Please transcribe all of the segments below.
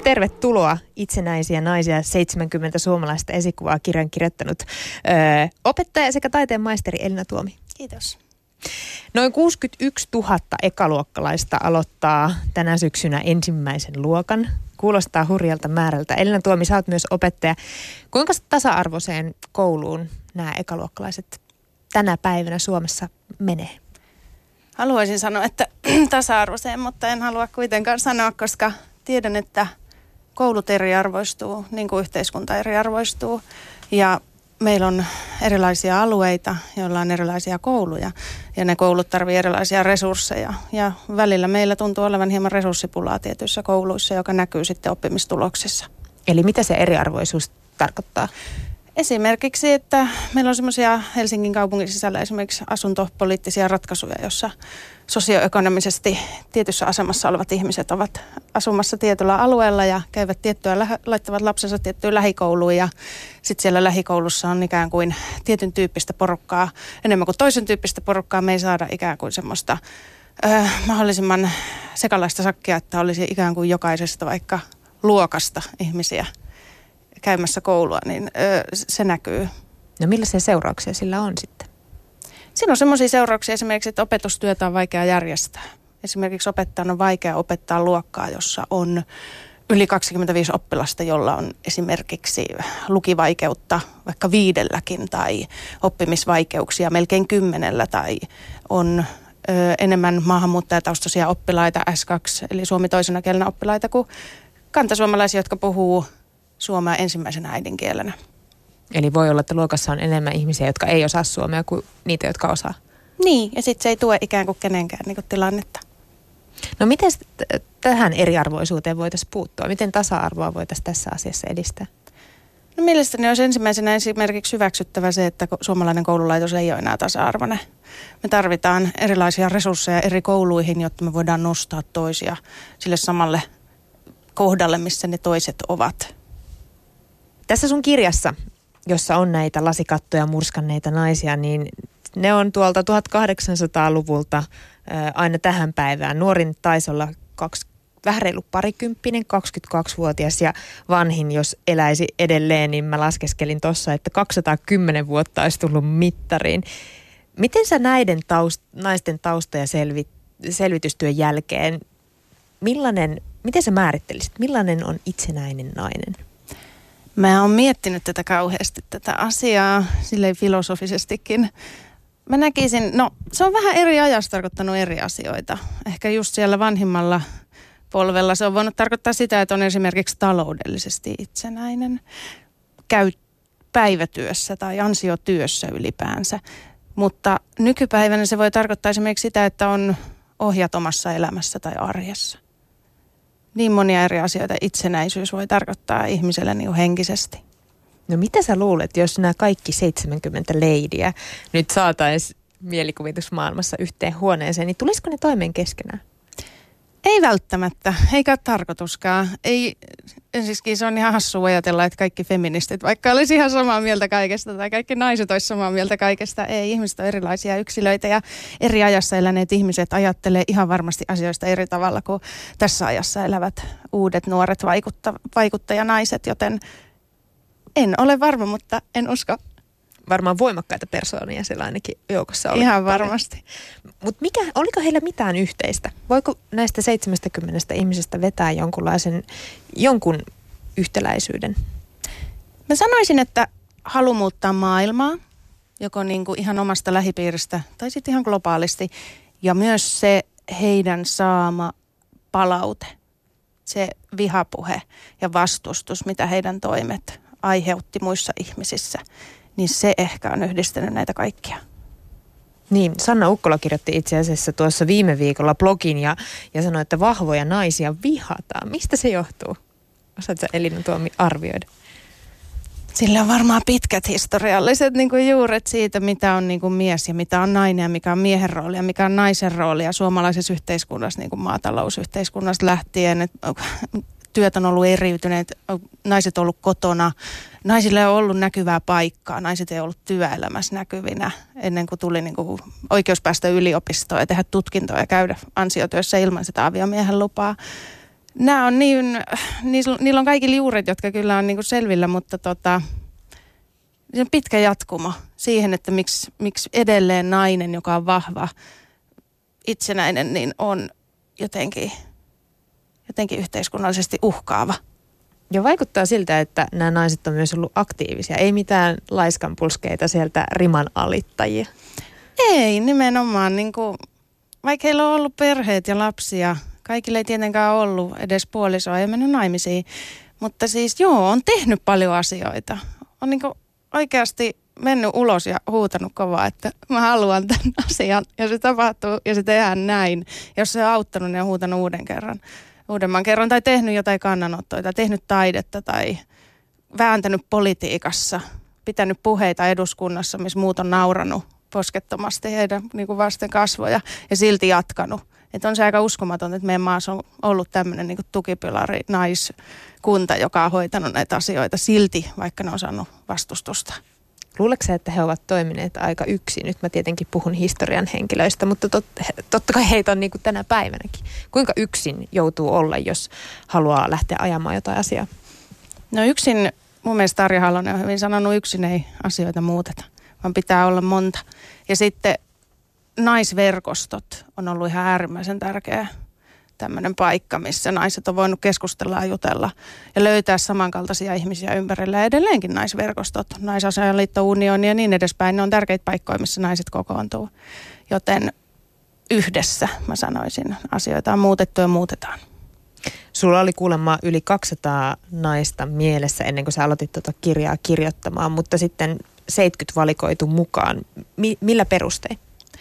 Tervetuloa Itsenäisiä naisia 70 suomalaista esikuvaa kirjan kirjoittanut opettaja sekä taiteen maisteri Elina Tuomi. Kiitos. Noin 61 000 ekaluokkalaista aloittaa tänä syksynä ensimmäisen luokan. Kuulostaa hurjalta määrältä. Elina Tuomi, sä oot myös opettaja. Kuinka tasa-arvoiseen kouluun nämä ekaluokkalaiset tänä päivänä Suomessa menee? Haluaisin sanoa, että tasa-arvoiseen, mutta en halua kuitenkaan sanoa, koska tiedän, että koulut eriarvoistuu, niin kuin yhteiskunta eriarvoistuu. Ja meillä on erilaisia alueita, joilla on erilaisia kouluja. Ja ne koulut tarvitsevat erilaisia resursseja. Ja välillä meillä tuntuu olevan hieman resurssipulaa tietyissä kouluissa, joka näkyy sitten oppimistuloksissa. Eli mitä se eriarvoisuus tarkoittaa? Esimerkiksi, että meillä on semmoisia Helsingin kaupungin sisällä esimerkiksi asuntopoliittisia ratkaisuja, jossa sosioekonomisesti tietyssä asemassa olevat ihmiset ovat asumassa tietyllä alueella ja käyvät laittavat lapsensa tiettyyn lähikouluun ja sitten siellä lähikoulussa on ikään kuin tietyn tyyppistä porukkaa, enemmän kuin toisen tyyppistä porukkaa. Me ei saada ikään kuin semmoista mahdollisimman sekalaista sakkia, että olisi ikään kuin jokaisesta vaikka luokasta ihmisiä käymässä koulua, niin se näkyy. No millaisia seurauksia sillä on sitten? Siinä on semmoisia seurauksia esimerkiksi, että opetustyötä on vaikea järjestää. Esimerkiksi opettajan on vaikea opettaa luokkaa, jossa on yli 25 oppilasta, jolla on esimerkiksi lukivaikeutta vaikka 5 tai oppimisvaikeuksia melkein 10 tai on enemmän maahanmuuttajataustaisia oppilaita S2, eli suomi toisena kielenä oppilaita kuin kantasuomalaisia, jotka puhuu suomea ensimmäisenä äidinkielenä. Eli voi olla, että luokassa on enemmän ihmisiä, jotka ei osaa suomea kuin niitä, jotka osaa. Niin, ja sitten se ei tue ikään kuin kenenkään niin kuin tilannetta. No miten tähän eriarvoisuuteen voitaisiin puuttua? Miten tasa-arvoa voitaisiin tässä asiassa edistää? No mielestäni olisi ensimmäisenä esimerkiksi hyväksyttävä se, että suomalainen koululaitos ei ole enää tasa-arvoinen. Me tarvitaan erilaisia resursseja eri kouluihin, jotta me voidaan nostaa toisia sille samalle kohdalle, missä ne toiset ovat. Tässä sun kirjassa, jossa on näitä lasikattoja murskanneita naisia, niin ne on tuolta 1800-luvulta aina tähän päivään. Nuorin taisi olla vähän reilu parikymppinen, 22-vuotias ja vanhin, jos eläisi edelleen, niin mä laskeskelin tuossa, että 210 vuotta olisi tullut mittariin. Miten sä näiden naisten taustoja selvitystyön jälkeen, miten sä määrittelisit, millainen on itsenäinen nainen? Mä oon miettinyt tätä kauheasti, tätä asiaa, silleen filosofisestikin. Mä näkisin, se on vähän eri ajassa tarkoittanut eri asioita. Ehkä just siellä vanhimmalla polvella se on voinut tarkoittaa sitä, että on esimerkiksi taloudellisesti itsenäinen, käy päivätyössä tai ansiotyössä ylipäänsä. Mutta nykypäivänä se voi tarkoittaa esimerkiksi sitä, että on ohjat omassa elämässä tai arjessa. Niin monia eri asioita itsenäisyys voi tarkoittaa ihmiselle niin henkisesti. No mitä sä luulet, jos nämä kaikki 70 leidiä nyt saataisiin mielikuvitusmaailmassa yhteen huoneeseen, niin tulisiko ne toimeen keskenään? Ei välttämättä, eikä tarkoituskaan. Ensiksikin se on ihan hassua ajatella, että kaikki feministit, vaikka olisi ihan samaa mieltä kaikesta tai kaikki naiset olisi samaa mieltä kaikesta. Ei, ihmiset on erilaisia yksilöitä ja eri ajassa eläneet ihmiset ajattelee ihan varmasti asioista eri tavalla kuin tässä ajassa elävät uudet nuoret vaikuttajanaiset,9, en ole varma, mutta en usko. Varmaan voimakkaita persoonia siellä ainakin joukossa oli. Ihan varmasti. Mutta oliko heillä mitään yhteistä? Voiko näistä 70 ihmisestä vetää jonkun yhtäläisyyden? Mä sanoisin, että halu muuttaa maailmaa, joko niin kuin ihan omasta lähipiiristä tai sitten ihan globaalisti. Ja myös se heidän saama palaute, se vihapuhe ja vastustus, mitä heidän toimet aiheutti muissa ihmisissä, niin se ehkä on yhdistänyt näitä kaikkia. Niin, Sanna Ukkola kirjoitti itse asiassa tuossa viime viikolla blogin ja sanoi, että vahvoja naisia vihataan. Mistä se johtuu? Osaatko Elina Tuomi arvioida? Sillä on varmaan pitkät historialliset niin kuin juuret siitä, mitä on niin kuin mies ja mitä on nainen ja mikä on miehen rooli ja mikä on naisen rooli. Ja suomalaisessa yhteiskunnassa, niin kuin maatalousyhteiskunnasta lähtien, työt on ollut eriytyneet, naiset on ollut kotona, naisille ei ole ollut näkyvää paikkaa, naiset ei ollut työelämässä näkyvinä ennen kuin tuli niin kuin oikeus päästä yliopistoon ja tehdä tutkintoa ja käydä ansiotyössä ilman sitä aviomiehen lupaa. Nämä on niillä on kaikilla juuret, jotka kyllä on niin kuin selvillä, mutta se on pitkä jatkumo siihen, että miksi edelleen nainen, joka on vahva, itsenäinen, niin on jotenkin yhteiskunnallisesti uhkaava. Ja vaikuttaa siltä, että nämä naiset on myös ollut aktiivisia. Ei mitään laiskanpulskeita sieltä riman alittajia. Ei, nimenomaan. Niin kuin, vaikka heillä on ollut perheet ja lapsia, kaikille ei tietenkään ollut edes puolisoa ja mennyt naimisiin. Mutta siis on tehnyt paljon asioita. On niin kuin oikeasti mennyt ulos ja huutanut kovaa, että mä haluan tämän asian. Ja se tapahtuu ja se tehdään näin. Jos se on auttanut, niin on huutanut uudemman kerran tai tehnyt jotain kannanottoja tai tehnyt taidetta tai vääntänyt politiikassa, pitänyt puheita eduskunnassa, missä muut on nauranut poskettomasti heidän niin kuin vasten kasvoja ja silti jatkanut. Että on se aika uskomaton, että meidän maassa on ollut tämmöinen niin kuin tukipilari naiskunta, joka on hoitanut näitä asioita silti, vaikka ne on saanut vastustusta. Luuletko sä, että he ovat toimineet aika yksin? Nyt mä tietenkin puhun historian henkilöistä, mutta totta kai heitä on niin kuin tänä päivänäkin. Kuinka yksin joutuu olla, jos haluaa lähteä ajamaan jotain asiaa? No yksin, mun mielestä Tarja Halonen on hyvin sanonut, yksin ei asioita muuteta, vaan pitää olla monta. Ja sitten naisverkostot on ollut ihan äärimmäisen tärkeä tämmöinen paikka, missä naiset on voinut keskustella ja jutella ja löytää samankaltaisia ihmisiä ympärillä. Ja edelleenkin naisverkostot, Naisasiainliitto, Unioni ja niin edespäin, ne on tärkeitä paikkoja, missä naiset kokoontuu. Joten yhdessä, mä sanoisin, asioita on muutettu ja muutetaan. Sulla oli kuulemma yli 200 naista mielessä ennen kuin sä aloitit tuota kirjaa kirjoittamaan, mutta sitten 70 valikoitu mukaan. Millä perustein?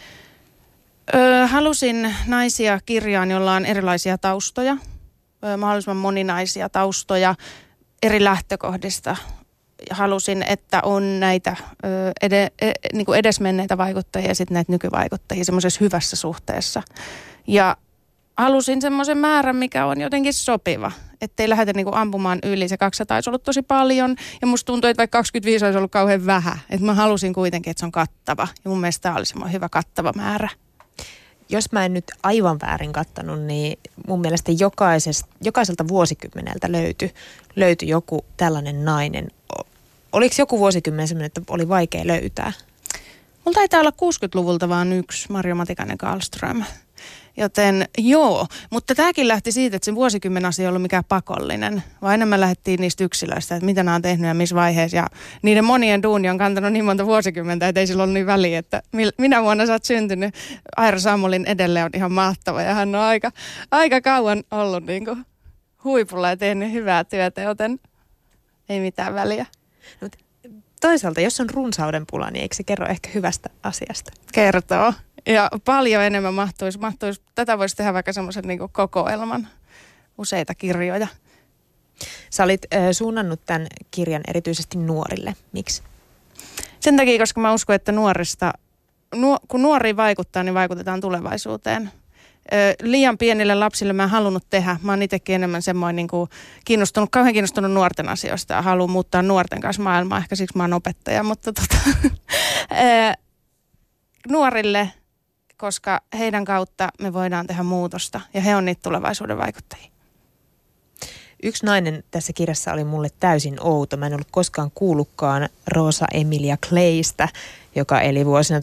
Halusin naisia kirjaan, jolla on erilaisia taustoja, mahdollisimman moninaisia taustoja eri lähtökohdista. Halusin, että on näitä niin kuin edesmenneitä vaikuttajia ja sitten näitä nykyvaikuttajia semmoisessa hyvässä suhteessa. Ja halusin semmoisen määrän, mikä on jotenkin sopiva, ettei lähdetä niin kuin ampumaan yli. Se 200 olisi ollut tosi paljon ja musta tuntuu, että vaikka 25 olisi ollut kauhean vähän. Että mä halusin kuitenkin, että se on kattava ja mun mielestä tämä oli semmoinen hyvä kattava määrä. Jos mä en nyt aivan väärin kattanut, niin mun mielestä jokaiselta vuosikymmeneltä löytyi joku tällainen nainen. Oliko joku vuosikymmen sellainen, että oli vaikea löytää? Mulla taitaa olla 60-luvulta vaan yksi, Marjo Matikainen Karlström. Joten mutta tämäkin lähti siitä, että se vuosikymmen asia ei ollut mikään pakollinen, vaan enemmän lähdettiin niistä yksilöistä, että mitä nämä on tehnyt ja missä vaiheessa. Ja niiden monien duuni on kantanut niin monta vuosikymmentä, että ei sillä ollut niin väliä, että minä vuonna sä oot syntynyt. Aira Samulin edelleen on ihan mahtava ja hän on aika kauan ollut niin kuin huipulla ja tehnyt hyvää työtä, joten ei mitään väliä. Toisaalta, jos on runsauden pula, niin eikö se kerro ehkä hyvästä asiasta? Kertoo. Ja paljon enemmän mahtuisi. Tätä voisi tehdä vaikka semmoisen niin kuin kokoelman, useita kirjoja. Sä olit suunnannut tämän kirjan erityisesti nuorille. Miksi? Sen takia, koska mä uskon, että kun nuoriin vaikuttaa, niin vaikutetaan tulevaisuuteen. Liian pienille lapsille mä en halunnut tehdä. Mä oon itsekin enemmän semmoinen niin kuin kauhean kiinnostunut nuorten asioista ja haluan muuttaa nuorten kanssa maailmaa. Ehkä siksi mä oon opettaja, mutta nuorille, koska heidän kautta me voidaan tehdä muutosta ja he on niitä tulevaisuuden vaikuttajia. Yksi nainen tässä kirjassa oli mulle täysin outo. Mä en ollut koskaan kuullutkaan Rosa Emilia Claysta, joka eli vuosina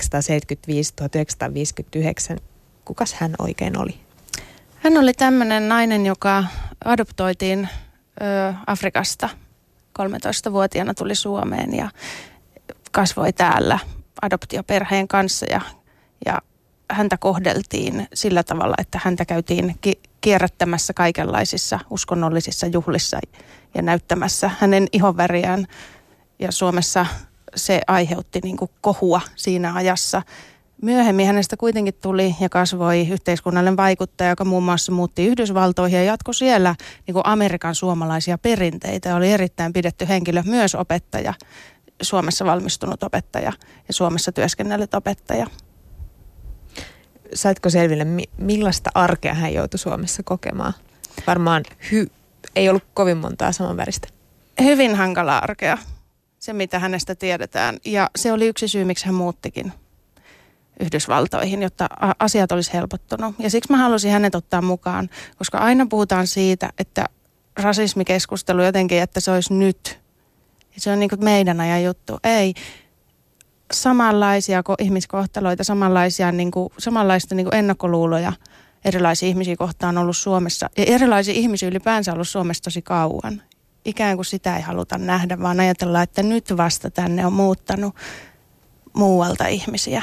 1875-1959. Kukas hän oikein oli? Hän oli tämmöinen nainen, joka adoptoitiin Afrikasta. 13-vuotiaana tuli Suomeen ja kasvoi täällä adoptioperheen kanssa ja häntä kohdeltiin sillä tavalla, että häntä käytiin kierrättämässä kaikenlaisissa uskonnollisissa juhlissa ja näyttämässä hänen ihonväriään. Ja Suomessa se aiheutti niin kuin kohua siinä ajassa. Myöhemmin hänestä kuitenkin tuli ja kasvoi yhteiskunnallinen vaikuttaja, joka muun muassa muutti Yhdysvaltoihin ja jatkoi siellä niin kuin Amerikan suomalaisia perinteitä. Oli erittäin pidetty henkilö, myös opettaja, Suomessa valmistunut opettaja ja Suomessa työskennellyt opettaja. Saitko selville, millaista arkea hän joutui Suomessa kokemaan? Varmaan ei ollut kovin montaa samanväristä. Hyvin hankala arkea, se mitä hänestä tiedetään. Ja se oli yksi syy, miksi hän muuttikin. Yhdysvaltoihin, jotta asiat olisi helpottunut. Ja siksi mä halusin hänet ottaa mukaan, koska aina puhutaan siitä, että rasismikeskustelu jotenkin, että se olisi nyt. Ja se on niin kuin meidän ajan juttu. Ei. Samanlaisia ihmiskohtaloita, samanlaista niin kuin ennakkoluuloja erilaisia ihmisiä kohtaan on ollut Suomessa. Ja erilaisia ihmisiä ylipäänsä on ollut Suomessa tosi kauan. Ikään kuin sitä ei haluta nähdä, vaan ajatellaan, että nyt vasta tänne on muuttanut muualta ihmisiä.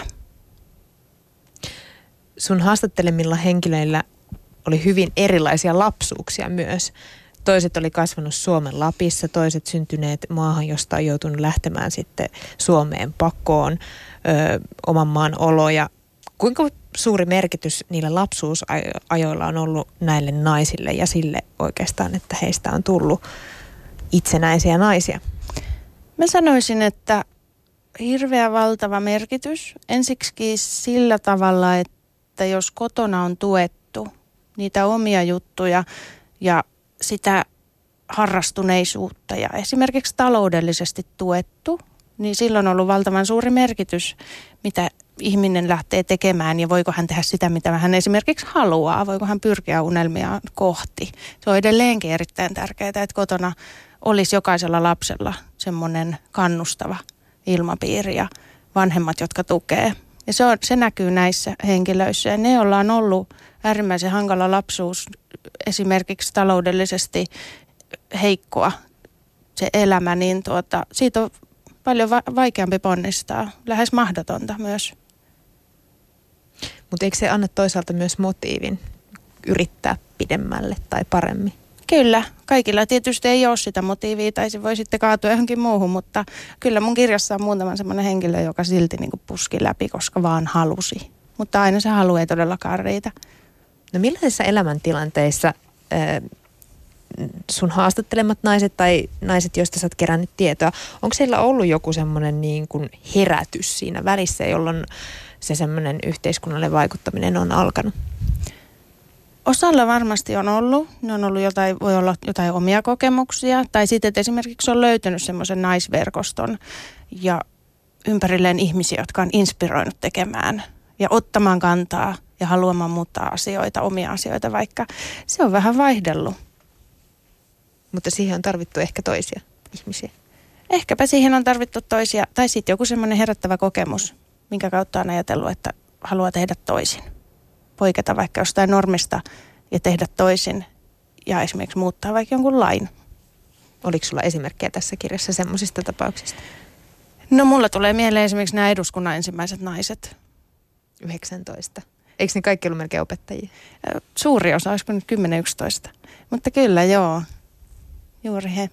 Sun haastattelemilla henkilöillä oli hyvin erilaisia lapsuuksia myös. Toiset oli kasvanut Suomen Lapissa, toiset syntyneet maahan, josta on joutunut lähtemään sitten Suomeen pakoon oman maan oloja. Kuinka suuri merkitys niillä lapsuusajoilla on ollut näille naisille ja sille oikeastaan, että heistä on tullut itsenäisiä naisia? Mä sanoisin, että hirveä valtava merkitys. Ensiksi sillä tavalla, että jos kotona on tuettu niitä omia juttuja ja sitä harrastuneisuutta ja esimerkiksi taloudellisesti tuettu, niin silloin on ollut valtavan suuri merkitys, mitä ihminen lähtee tekemään ja voiko hän tehdä sitä, mitä hän esimerkiksi haluaa, voiko hän pyrkiä unelmiaan kohti. Se on edelleenkin erittäin tärkeää, että kotona olisi jokaisella lapsella semmoinen kannustava ilmapiiri ja vanhemmat, jotka tukee. Ja se näkyy näissä henkilöissä. Ja ne, joilla on ollut äärimmäisen hankala lapsuus, esimerkiksi taloudellisesti heikkoa se elämä, niin siitä on paljon vaikeampi ponnistaa, lähes mahdotonta myös. Mutta eikö se anna toisaalta myös motiivin yrittää pidemmälle tai paremmin? Kyllä, kaikilla tietysti ei ole sitä motiivia tai se voi sitten kaatua johonkin muuhun, mutta kyllä mun kirjassa on muutama semmoinen henkilö, joka silti niin kuin puski läpi, koska vaan halusi. Mutta aina se halu ei todellakaan riitä. No millaisissa elämäntilanteissa sun haastattelemat naiset tai naiset, joista sä oot kerännyt tietoa, onko siellä ollut joku semmoinen niin kuin herätys siinä välissä, jolloin se semmoinen yhteiskunnallinen vaikuttaminen on alkanut? Osalla varmasti on ollut. Ne on ollut voi olla jotain omia kokemuksia. Tai sitten, että esimerkiksi on löytänyt semmoisen naisverkoston ja ympärilleen ihmisiä, jotka on inspiroinut tekemään ja ottamaan kantaa ja haluamaan muuttaa asioita, omia asioita, vaikka se on vähän vaihdellut. Mutta siihen on tarvittu ehkä toisia ihmisiä. Ehkäpä siihen on tarvittu toisia, tai sitten joku semmoinen herättävä kokemus, minkä kautta on ajatellut, että haluaa tehdä toisin. Poiketa vaikka jostain normista ja tehdä toisin ja esimerkiksi muuttaa vaikka jonkun lain. Oliko sulla esimerkkejä tässä kirjassa semmoisista tapauksista? No mulla tulee mieleen esimerkiksi nämä eduskunnan ensimmäiset naiset. 19. Eikö ne kaikki ollut melkein opettajia? Suuri osa, olisiko nyt 10-11. Mutta kyllä, joo. Juuri he.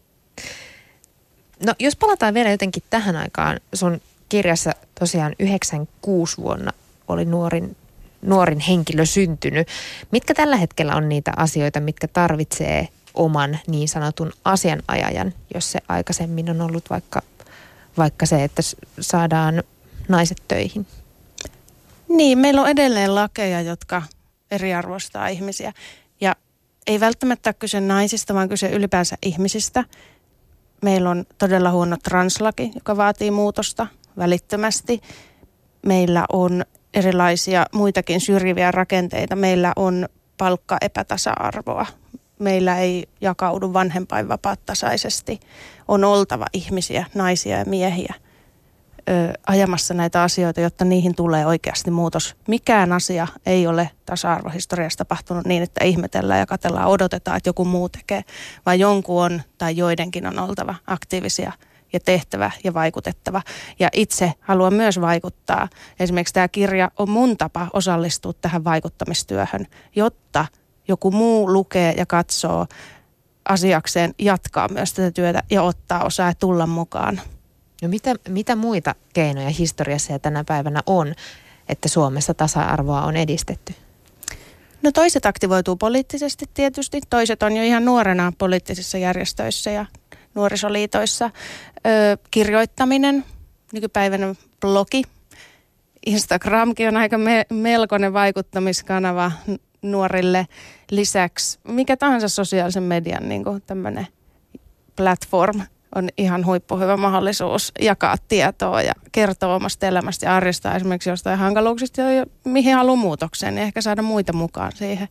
No jos palataan vielä jotenkin tähän aikaan, sun kirjassa tosiaan 96 vuonna oli nuorin henkilö syntynyt. Mitkä tällä hetkellä on niitä asioita, mitkä tarvitsee oman niin sanotun asianajajan, jos se aikaisemmin on ollut vaikka se, että saadaan naiset töihin? Niin, meillä on edelleen lakeja, jotka eriarvoistaa ihmisiä. Ja ei välttämättä ole kyse naisista, vaan kyse ylipäänsä ihmisistä. Meillä on todella huono translaki, joka vaatii muutosta välittömästi. Meillä on erilaisia muitakin syrjiviä rakenteita. Meillä on palkkaepätasa-arvoa. Meillä ei jakaudu vanhempainvapaat tasaisesti. On oltava ihmisiä, naisia ja miehiä ajamassa näitä asioita, jotta niihin tulee oikeasti muutos. Mikään asia ei ole tasa-arvohistoriassa tapahtunut niin, että ihmetellään ja katsellaan, odotetaan, että joku muu tekee, vaan jonkun on tai joidenkin on oltava aktiivisia ja tehtävä ja vaikutettava. Ja itse haluan myös vaikuttaa. Esimerkiksi tämä kirja on mun tapa osallistua tähän vaikuttamistyöhön, jotta joku muu lukee ja katsoo asiakseen, jatkaa myös tätä työtä ja ottaa osaa ja tulla mukaan. No mitä muita keinoja historiassa ja tänä päivänä on, että Suomessa tasa-arvoa on edistetty? No toiset aktivoituu poliittisesti tietysti. Toiset on jo ihan nuorena poliittisissa järjestöissä ja nuorisoliitoissa. Kirjoittaminen, nykypäivänä blogi. Instagramkin on aika melkoinen vaikuttamiskanava nuorille. Lisäksi mikä tahansa sosiaalisen median niin kuin tämmöinen platform on ihan huippuhyvä mahdollisuus jakaa tietoa ja kertoa omasta elämästä ja arjesta esimerkiksi jostain hankaluuksista ja mihin haluaa muutokseen, niin ehkä saada muita mukaan siihen.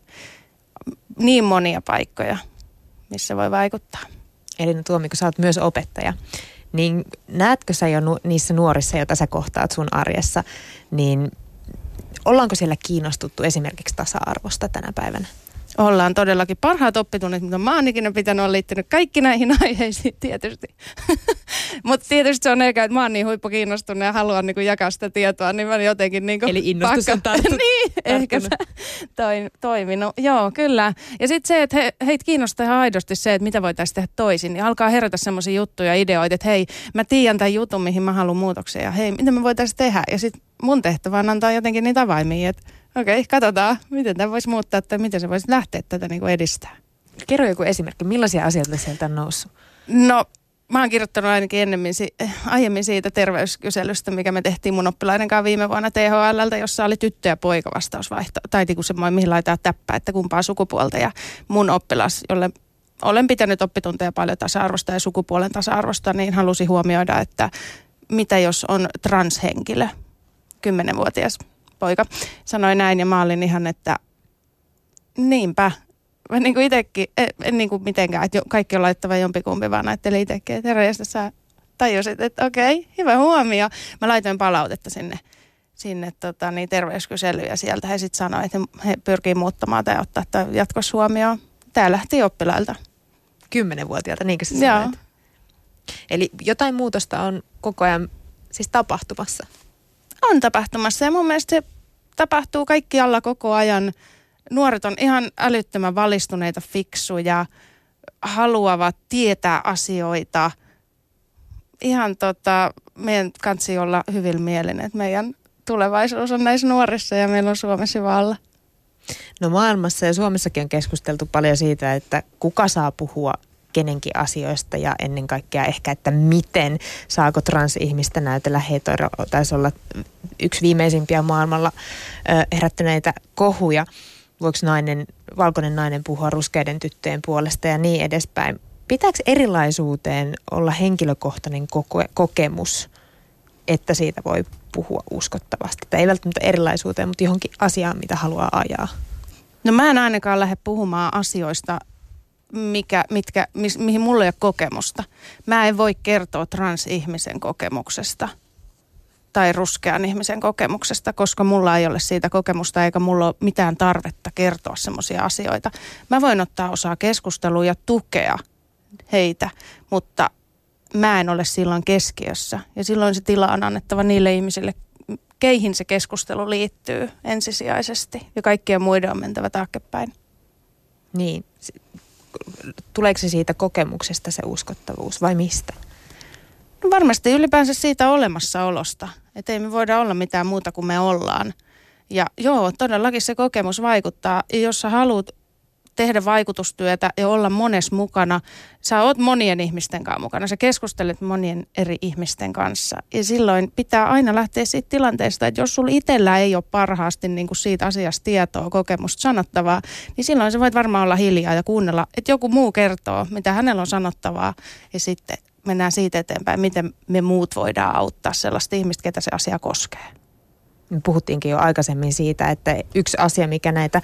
Niin monia paikkoja, missä voi vaikuttaa. Elina Tuomiko, sä oot myös opettaja, niin näetkö sä jo niissä nuorissa, joita sä kohtaat sun arjessa, niin ollaanko siellä kiinnostuttu esimerkiksi tasa-arvosta tänä päivänä? Ollaan todellakin. Parhaat oppitunnit, mitä mä oon ikinä pitänyt, on liittynyt kaikki näihin aiheisiin tietysti. Mutta tietysti se on eikä, että mä oon niin huippukiinnostunut ja haluan niin jakaa sitä tietoa, niin mä jotenkin niin eli innostus on tarttunut. Niin, ehkä se toiminut. Joo, kyllä. Ja sitten se, että heitä kiinnostaa ihan aidosti se, että mitä voitaisiin tehdä toisin. Ja alkaa herätä semmoisia juttuja ja ideoita, että hei, mä tiedän tämän jutun, mihin mä haluan muutoksia. Ja hei, mitä me voitaisiin tehdä? Ja sitten mun tehtävä on antaa jotenkin niitä avaimia, että okei, katsotaan, miten tämä voisi muuttaa tai miten se voisi lähteä tätä niin kuin edistää. Kerro joku esimerkki, millaisia asioita sieltä on noussut? No, mä oon kirjoittanut ainakin aiemmin siitä terveyskyselystä, mikä me tehtiin mun oppilaiden kanssa viime vuonna THL:ltä, jossa oli tyttö- ja poikavastausvaihto. Tai niin kuin semmoinen, mihin laitetaan täppää, että kumpaa sukupuolta. Ja mun oppilas, jolle olen pitänyt oppitunteja paljon tasa-arvosta ja sukupuolen tasa-arvosta, niin halusi huomioida, että mitä jos on transhenkilö, 10-vuotias poika, sanoi näin ja mä olin ihan, että niinpä. Mä niin kuin itsekin, en niin kuin mitenkään, että kaikki on laittava jompikumpi, vaan ajattelin itsekin, että herranjestas sä tajusit, että okei, hyvä huomio. Mä laitoin palautetta sinne terveyskyselyyn ja sieltä he sitten sanoivat, että he pyrkii muuttamaan tai ottaa jatkossa huomioon. Tää lähti oppilailta. 10-vuotiaalta, niinkö sä sanoit? Eli jotain muutosta on koko ajan siis tapahtumassa? On tapahtumassa ja mun mielestä se tapahtuu kaikkialla koko ajan. Nuoret on ihan älyttömän valistuneita, fiksuja, haluavat tietää asioita. Ihan meidän kansi olla hyvin mielinen, että meidän tulevaisuus on näissä nuorissa ja meillä on Suomessa valla. No maailmassa ja Suomessakin on keskusteltu paljon siitä, että kuka saa puhua kenenkin asioista ja ennen kaikkea ehkä, että miten saako transihmistä näytellä hetero. Taisi olla yksi viimeisimpiä maailmalla herättäneitä kohuja. Voiko valkoinen nainen puhua ruskeiden tyttöjen puolesta ja niin edespäin. Pitääkö erilaisuuteen olla henkilökohtainen kokemus, että siitä voi puhua uskottavasti? Tai ei välttämättä erilaisuuteen, mutta johonkin asiaan, mitä haluaa ajaa. No mä en ainakaan lähde puhumaan asioista, mihin mulla ei ole kokemusta. Mä en voi kertoa transihmisen kokemuksesta tai ruskean ihmisen kokemuksesta, koska mulla ei ole siitä kokemusta eikä mulla ole mitään tarvetta kertoa semmoisia asioita. Mä voin ottaa osaa keskusteluun ja tukea heitä, mutta mä en ole silloin keskiössä. Ja silloin se tila on annettava niille ihmisille, keihin se keskustelu liittyy ensisijaisesti ja kaikkien muiden on mentävä taaksepäin. Niin. Tuleeko se siitä kokemuksesta se uskottavuus vai mistä? No varmasti ylipäänsä siitä olemassaolosta. Että ei me voida olla mitään muuta kuin me ollaan. Ja joo, todellakin se kokemus vaikuttaa. Ja jos sä haluat tehdä vaikutustyötä ja olla monessa mukana, sä oot monien ihmisten kanssa mukana. Sä keskustelet monien eri ihmisten kanssa. Ja silloin pitää aina lähteä siitä tilanteesta, että jos sulla itsellä ei ole parhaasti niin kuin siitä asiasta tietoa, kokemusta sanottavaa, niin silloin sä voit varmaan olla hiljaa ja kuunnella, että joku muu kertoo, mitä hänellä on sanottavaa. Ja sitten mennään siitä eteenpäin, miten me muut voidaan auttaa sellaista ihmistä, ketä se asia koskee. Me puhuttiinkin jo aikaisemmin siitä, että yksi asia, mikä näitä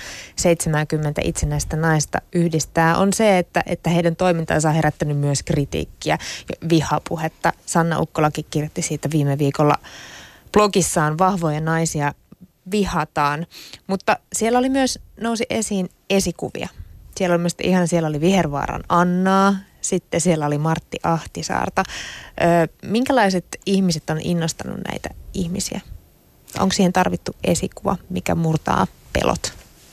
70 itsenäistä naista yhdistää, on se, että heidän toimintansa on herättänyt myös kritiikkiä ja vihapuhetta. Sanna Ukkolakin kirjoitti siitä viime viikolla blogissaan, vahvoja naisia vihataan. Mutta siellä oli myös, nousi esiin esikuvia. Siellä oli Vihervaaran Annaa, sitten siellä oli Martti Ahtisaarta. Minkälaiset ihmiset on innostanut näitä ihmisiä? Onko siihen tarvittu esikuva, mikä murtaa pelot?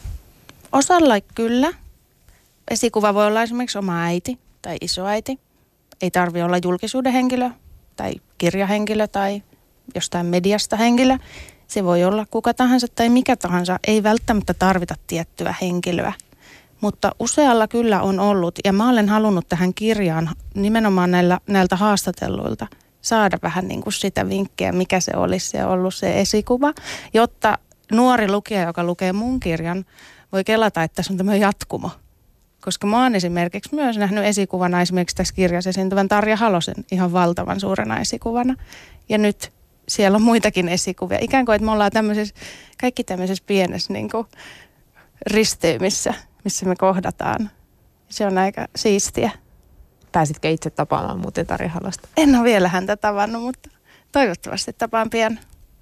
Osalla kyllä. Esikuva voi olla esimerkiksi oma äiti tai isoäiti. Ei tarvitse olla julkisuuden henkilö tai kirjahenkilö tai jostain mediasta henkilö. Se voi olla kuka tahansa tai mikä tahansa. Ei välttämättä tarvita tiettyä henkilöä. Mutta usealla kyllä on ollut, ja mä olen halunnut tähän kirjaan nimenomaan näiltä haastatelluilta saada vähän niin kuin sitä vinkkiä, mikä se olisi se ollut se esikuva, jotta nuori lukija, joka lukee mun kirjan, voi kelata, että tässä on tämmöinen jatkumo. Koska mä oon esimerkiksi myös nähnyt esikuvana esimerkiksi tässä kirjassa esiintyvän Tarja Halosen ihan valtavan suurena esikuvana. Ja nyt siellä on muitakin esikuvia. Ikään kuin, että me ollaan kaikki tämmöisessä pienessä niin kuin risteymissä, missä me kohdataan. Se on aika siistiä. Pääsitkö itse tapaamaan muuten Tarja Halosta? En ole vielä häntä tavannut, mutta toivottavasti tapaan pian.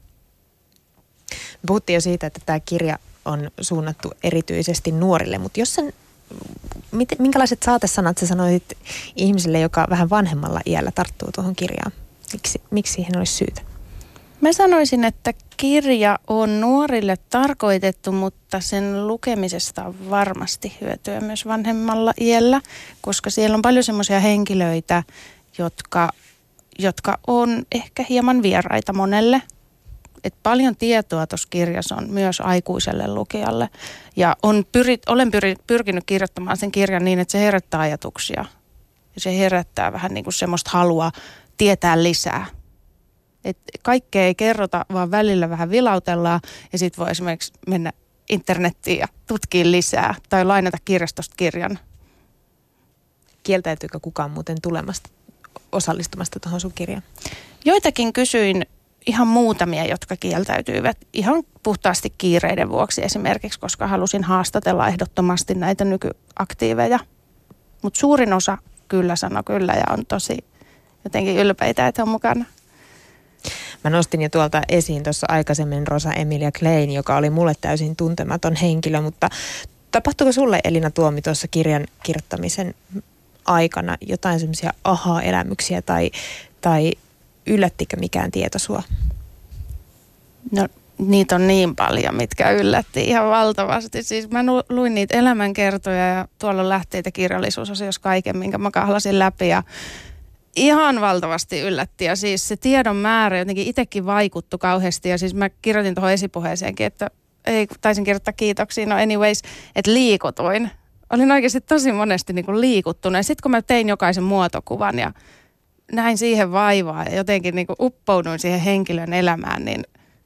Me puhuttiin jo siitä, että tämä kirja on suunnattu erityisesti nuorille, mutta minkälaiset saatesanat sä sanoisit ihmiselle, joka vähän vanhemmalla iällä tarttuu tuohon kirjaan? Miksi siihen olisi syytä? Mä sanoisin, että kirja on nuorille tarkoitettu, mutta sen lukemisesta on varmasti hyötyä myös vanhemmalla iällä, koska siellä on paljon semmoisia henkilöitä, jotka on ehkä hieman vieraita monelle. Et paljon tietoa tuossa kirjassa on myös aikuiselle lukijalle ja olen pyrkinyt kirjoittamaan sen kirjan niin, että se herättää ajatuksia ja se herättää vähän niin kuin semmoista halua tietää lisää. Et kaikkea ei kerrota, vaan välillä vähän vilautellaan ja sitten voi esimerkiksi mennä internettiin ja tutkia lisää tai lainata kirjastosta kirjan. Kieltäytyykö kukaan muuten osallistumasta tuohon sun kirjaan? Joitakin kysyin, ihan muutamia, jotka kieltäytyivät ihan puhtaasti kiireiden vuoksi esimerkiksi, koska halusin haastatella ehdottomasti näitä nykyaktiiveja. Mutta suurin osa kyllä sanoi kyllä ja on tosi jotenkin ylpeitä, että on mukana. Mä nostin jo tuolta esiin tuossa aikaisemmin Rosa Emilia Klein, joka oli mulle täysin tuntematon henkilö, mutta tapahtuiko sulle, Elina Tuomi, tuossa kirjan kirjoittamisen aikana jotain semmoisia aha-elämyksiä tai yllättikö mikään tieto sua? No niitä on niin paljon, mitkä yllätti ihan valtavasti. Siis mä luin niitä elämänkertoja ja tuolla on lähteitä kirjallisuusasioissa kaiken, minkä mä kahlasin läpi ja ihan valtavasti yllätti. Ja siis se tiedon määrä jotenkin itsekin vaikuttui kauheasti ja siis mä kirjoitin tuohon esipuheeseenkin, että taisin kirjoittaa kiitoksia, no anyways, että liikutuin. Olin oikeasti tosi monesti niin kuin liikuttunut ja sitten kun mä tein jokaisen muotokuvan ja näin siihen vaivaa ja jotenkin niin kuin uppouduin siihen henkilön elämään, niin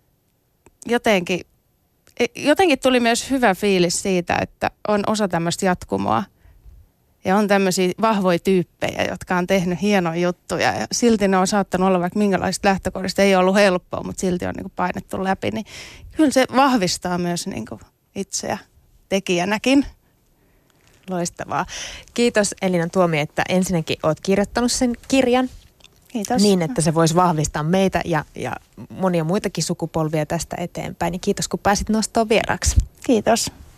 jotenkin tuli myös hyvä fiilis siitä, että on osa tämmöistä jatkumoa. Ja on tämmöisiä vahvoja tyyppejä, jotka on tehnyt hienoja juttuja ja silti ne on saattanut olla vaikka minkälaisista lähtökohdista. Ei ollut helppoa, mutta silti on niin kuin painettu läpi. Niin kyllä se vahvistaa myös niin kuin itseä tekijänäkin. Loistavaa. Kiitos Elina Tuomi, että ensinnäkin olet kirjoittanut sen kirjan. Kiitos. Niin, että se voisi vahvistaa meitä ja monia muitakin sukupolvia tästä eteenpäin. Niin kiitos, kun pääsit nostamaan vieraaksi. Kiitos.